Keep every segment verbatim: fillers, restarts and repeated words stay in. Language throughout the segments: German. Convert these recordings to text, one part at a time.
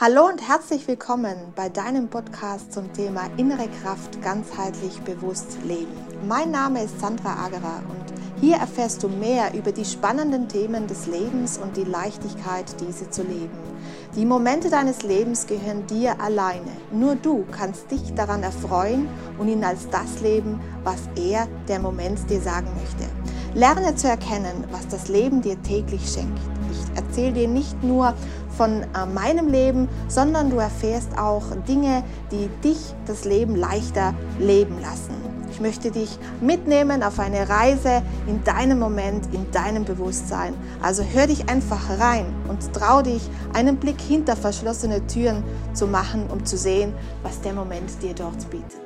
Hallo und herzlich willkommen bei deinem Podcast zum Thema innere Kraft, ganzheitlich bewusst leben. Mein Name ist Sandra Agerer und hier erfährst du mehr über die spannenden Themen des Lebens und die Leichtigkeit, diese zu leben. Die Momente deines Lebens gehören dir alleine. Nur du kannst dich daran erfreuen und ihn als das leben, was er, der Moment, dir sagen möchte. Lerne zu erkennen, was das Leben dir täglich schenkt. Ich erzähle dir nicht nur von äh, meinem Leben, sondern du erfährst auch Dinge, die dich das Leben leichter leben lassen. Ich möchte dich mitnehmen auf eine Reise in deinem Moment, in deinem Bewusstsein. Also hör dich einfach rein und trau dich, einen Blick hinter verschlossene Türen zu machen, um zu sehen, was der Moment dir dort bietet.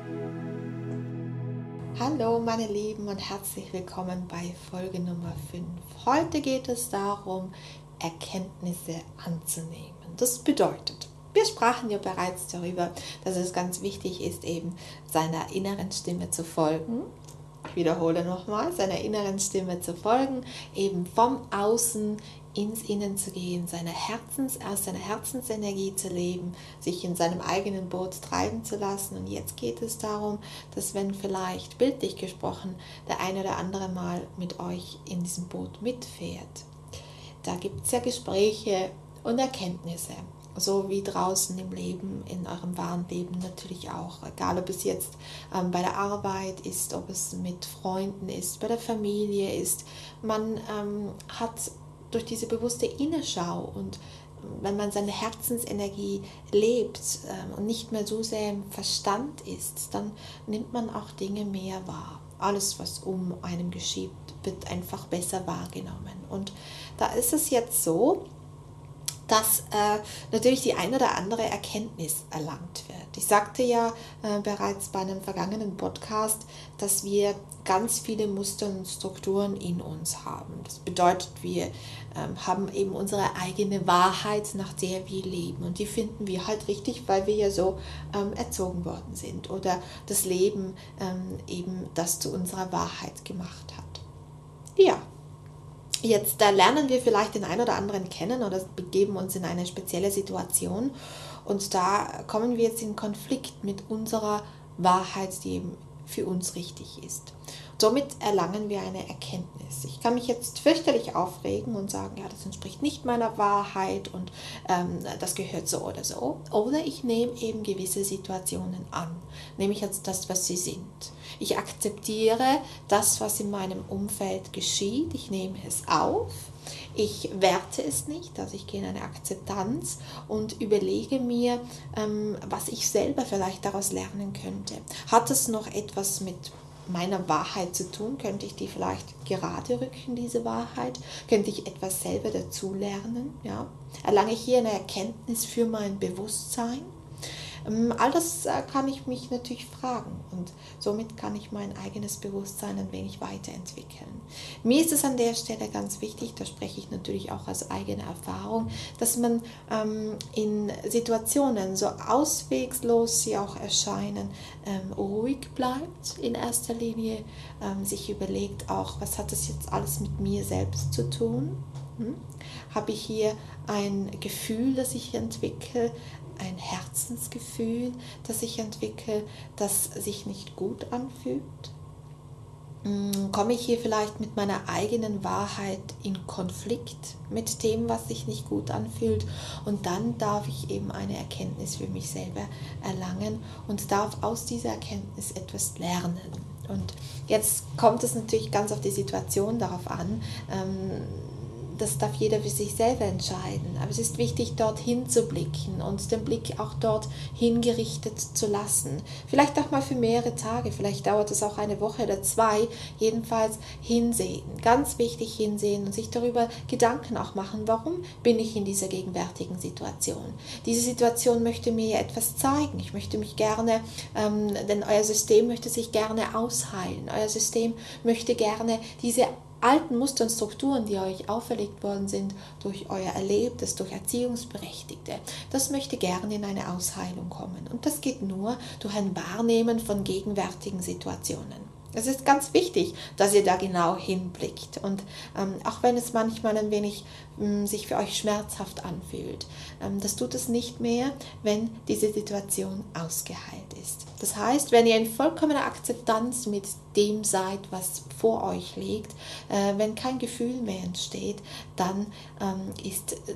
Hallo meine Lieben und herzlich willkommen bei Folge Nummer fünf. Heute geht es darum, Erkenntnisse anzunehmen. Das bedeutet, wir sprachen ja bereits darüber, dass es ganz wichtig ist, eben seiner inneren Stimme zu folgen. Ich wiederhole nochmal, seiner inneren Stimme zu folgen, eben vom Außen ins Innen zu gehen, seine Herzens, aus seiner Herzensenergie zu leben, sich in seinem eigenen Boot treiben zu lassen. Und jetzt geht es darum, dass wenn vielleicht, bildlich gesprochen, der eine oder andere mal mit euch in diesem Boot mitfährt, da gibt es ja Gespräche und Erkenntnisse, so wie draußen im Leben, in eurem wahren Leben natürlich auch. Egal, ob es jetzt ähm, bei der Arbeit ist, ob es mit Freunden ist, bei der Familie ist. Man ähm, hat durch diese bewusste Innenschau und wenn man seine Herzensenergie lebt ähm, und nicht mehr so sehr im Verstand ist, dann nimmt man auch Dinge mehr wahr. Alles, was um einem geschieht, wird einfach besser wahrgenommen. Und da ist es jetzt so, dass äh, natürlich die ein oder andere Erkenntnis erlangt wird. Ich sagte ja äh, bereits bei einem vergangenen Podcast, dass wir ganz viele Muster und Strukturen in uns haben. Das bedeutet, wir ähm, haben eben unsere eigene Wahrheit, nach der wir leben. Und die finden wir halt richtig, weil wir ja so ähm, erzogen worden sind. Oder das Leben ähm, eben das zu unserer Wahrheit gemacht hat. Ja. Jetzt da lernen wir vielleicht den einen oder anderen kennen oder begeben uns in eine spezielle Situation und da kommen wir jetzt in Konflikt mit unserer Wahrheit, die eben für uns richtig ist. Somit erlangen wir eine Erkenntnis. Ich kann mich jetzt fürchterlich aufregen und sagen, ja, das entspricht nicht meiner Wahrheit und ähm, das gehört so oder so. Oder ich nehme eben gewisse Situationen an, nehme ich als das, was sie sind. Ich akzeptiere das, was in meinem Umfeld geschieht. Ich nehme es auf. Ich werte es nicht, also ich gehe in eine Akzeptanz und überlege mir, ähm, was ich selber vielleicht daraus lernen könnte. Hat es noch etwas mit meiner Wahrheit zu tun? Könnte ich die vielleicht gerade rücken, diese Wahrheit? Könnte ich etwas selber dazulernen? Ja? Erlange ich hier eine Erkenntnis für mein Bewusstsein? All das kann ich mich natürlich fragen und somit kann ich mein eigenes Bewusstsein ein wenig weiterentwickeln. Mir ist es an der Stelle ganz wichtig, da spreche ich natürlich auch aus eigener Erfahrung, dass man ähm, in Situationen, so auswegslos sie auch erscheinen, ähm, ruhig bleibt in erster Linie, ähm, sich überlegt auch, was hat das jetzt alles mit mir selbst zu tun? Hm? Habe ich hier ein Gefühl, das ich entwickle, ein Herzensgefühl, das ich entwickle, das sich nicht gut anfühlt? Komme ich hier vielleicht mit meiner eigenen Wahrheit in Konflikt mit dem, was sich nicht gut anfühlt? Und dann darf ich eben eine Erkenntnis für mich selber erlangen und darf aus dieser Erkenntnis etwas lernen. Und jetzt kommt es natürlich ganz auf die Situation darauf an, ähm, das darf jeder für sich selber entscheiden. Aber es ist wichtig, dorthin zu blicken und den Blick auch dort hingerichtet zu lassen. Vielleicht auch mal für mehrere Tage, vielleicht dauert es auch eine Woche oder zwei. Jedenfalls hinsehen, ganz wichtig hinsehen und sich darüber Gedanken auch machen, warum bin ich in dieser gegenwärtigen Situation. Diese Situation möchte mir ja etwas zeigen. Ich möchte mich gerne, ähm, denn euer System möchte sich gerne ausheilen. Euer System möchte gerne diese alten Muster und Strukturen, die euch auferlegt worden sind, durch euer Erlebtes, durch Erziehungsberechtigte, das möchte gerne in eine Ausheilung kommen. Und das geht nur durch ein Wahrnehmen von gegenwärtigen Situationen. Es ist ganz wichtig, dass ihr da genau hinblickt und ähm, auch wenn es manchmal ein wenig ähm, sich für euch schmerzhaft anfühlt, ähm, das tut es nicht mehr, wenn diese Situation ausgeheilt ist. Das heißt, wenn ihr in vollkommener Akzeptanz mit dem seid, was vor euch liegt, äh, wenn kein Gefühl mehr entsteht, dann ähm, ist äh,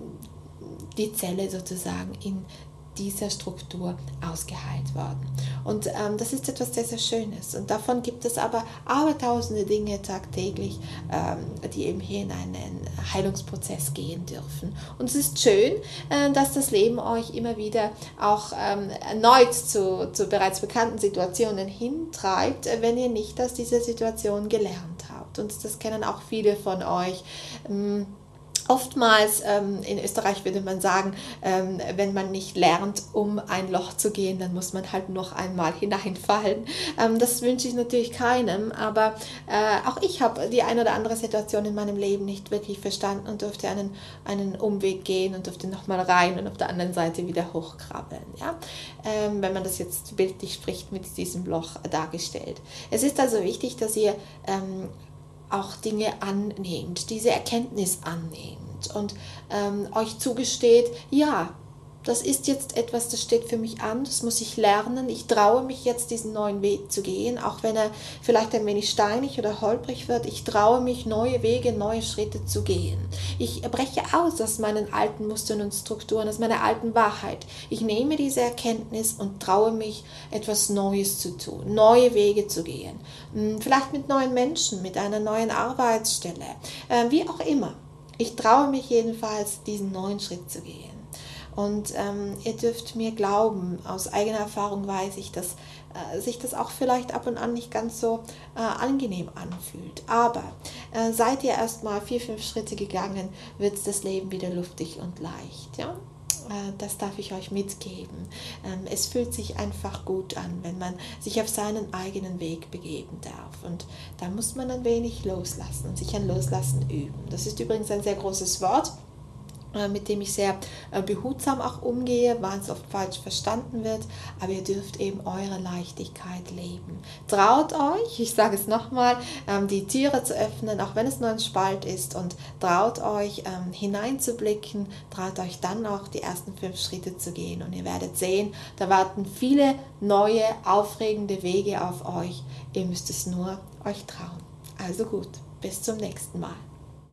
die Zelle sozusagen in dieser Struktur ausgeheilt worden. Und ähm, das ist etwas sehr, sehr Schönes. Und davon gibt es aber abertausende Dinge tagtäglich, ähm, die eben hier in einen Heilungsprozess gehen dürfen. Und es ist schön, äh, dass das Leben euch immer wieder auch ähm, erneut zu, zu bereits bekannten Situationen hintreibt, wenn ihr nicht aus dieser Situation gelernt habt. Und das kennen auch viele von euch. Ähm, Oftmals, ähm, in Österreich würde man sagen, ähm, wenn man nicht lernt, um ein Loch zu gehen, dann muss man halt noch einmal hineinfallen. Ähm, das wünsche ich natürlich keinem, aber äh, auch ich habe die eine oder andere Situation in meinem Leben nicht wirklich verstanden und durfte einen, einen Umweg gehen und durfte nochmal rein und auf der anderen Seite wieder hochkrabbeln. Ja? Ähm, wenn man das jetzt bildlich spricht, mit diesem Loch dargestellt. Es ist also wichtig, dass ihr ähm, auch Dinge annehmt, diese Erkenntnis annehmt und ähm, euch zugesteht, ja, das ist jetzt etwas, das steht für mich an, das muss ich lernen, ich traue mich jetzt, diesen neuen Weg zu gehen, auch wenn er vielleicht ein wenig steinig oder holprig wird, ich traue mich, neue Wege, neue Schritte zu gehen. Ich breche aus aus meinen alten Mustern und Strukturen, aus meiner alten Wahrheit. Ich nehme diese Erkenntnis und traue mich, etwas Neues zu tun, neue Wege zu gehen. Vielleicht mit neuen Menschen, mit einer neuen Arbeitsstelle, wie auch immer. Ich traue mich jedenfalls, diesen neuen Schritt zu gehen. Und ähm, ihr dürft mir glauben, aus eigener Erfahrung weiß ich, dass äh, sich das auch vielleicht ab und an nicht ganz so äh, angenehm anfühlt. Aber äh, seid ihr erst mal vier, fünf Schritte gegangen, wird das Leben wieder luftig und leicht. Ja? Äh, das darf ich euch mitgeben. Ähm, es fühlt sich einfach gut an, wenn man sich auf seinen eigenen Weg begeben darf. Und da muss man ein wenig loslassen und sich ein Loslassen üben. Das ist übrigens ein sehr großes Wort, mit dem ich sehr behutsam auch umgehe, weil es oft falsch verstanden wird, aber ihr dürft eben eure Leichtigkeit leben. Traut euch, ich sage es nochmal, die Türe zu öffnen, auch wenn es nur ein Spalt ist, und traut euch hineinzublicken, traut euch dann auch die ersten fünf Schritte zu gehen und ihr werdet sehen, da warten viele neue, aufregende Wege auf euch. Ihr müsst es nur euch trauen. Also gut, bis zum nächsten Mal.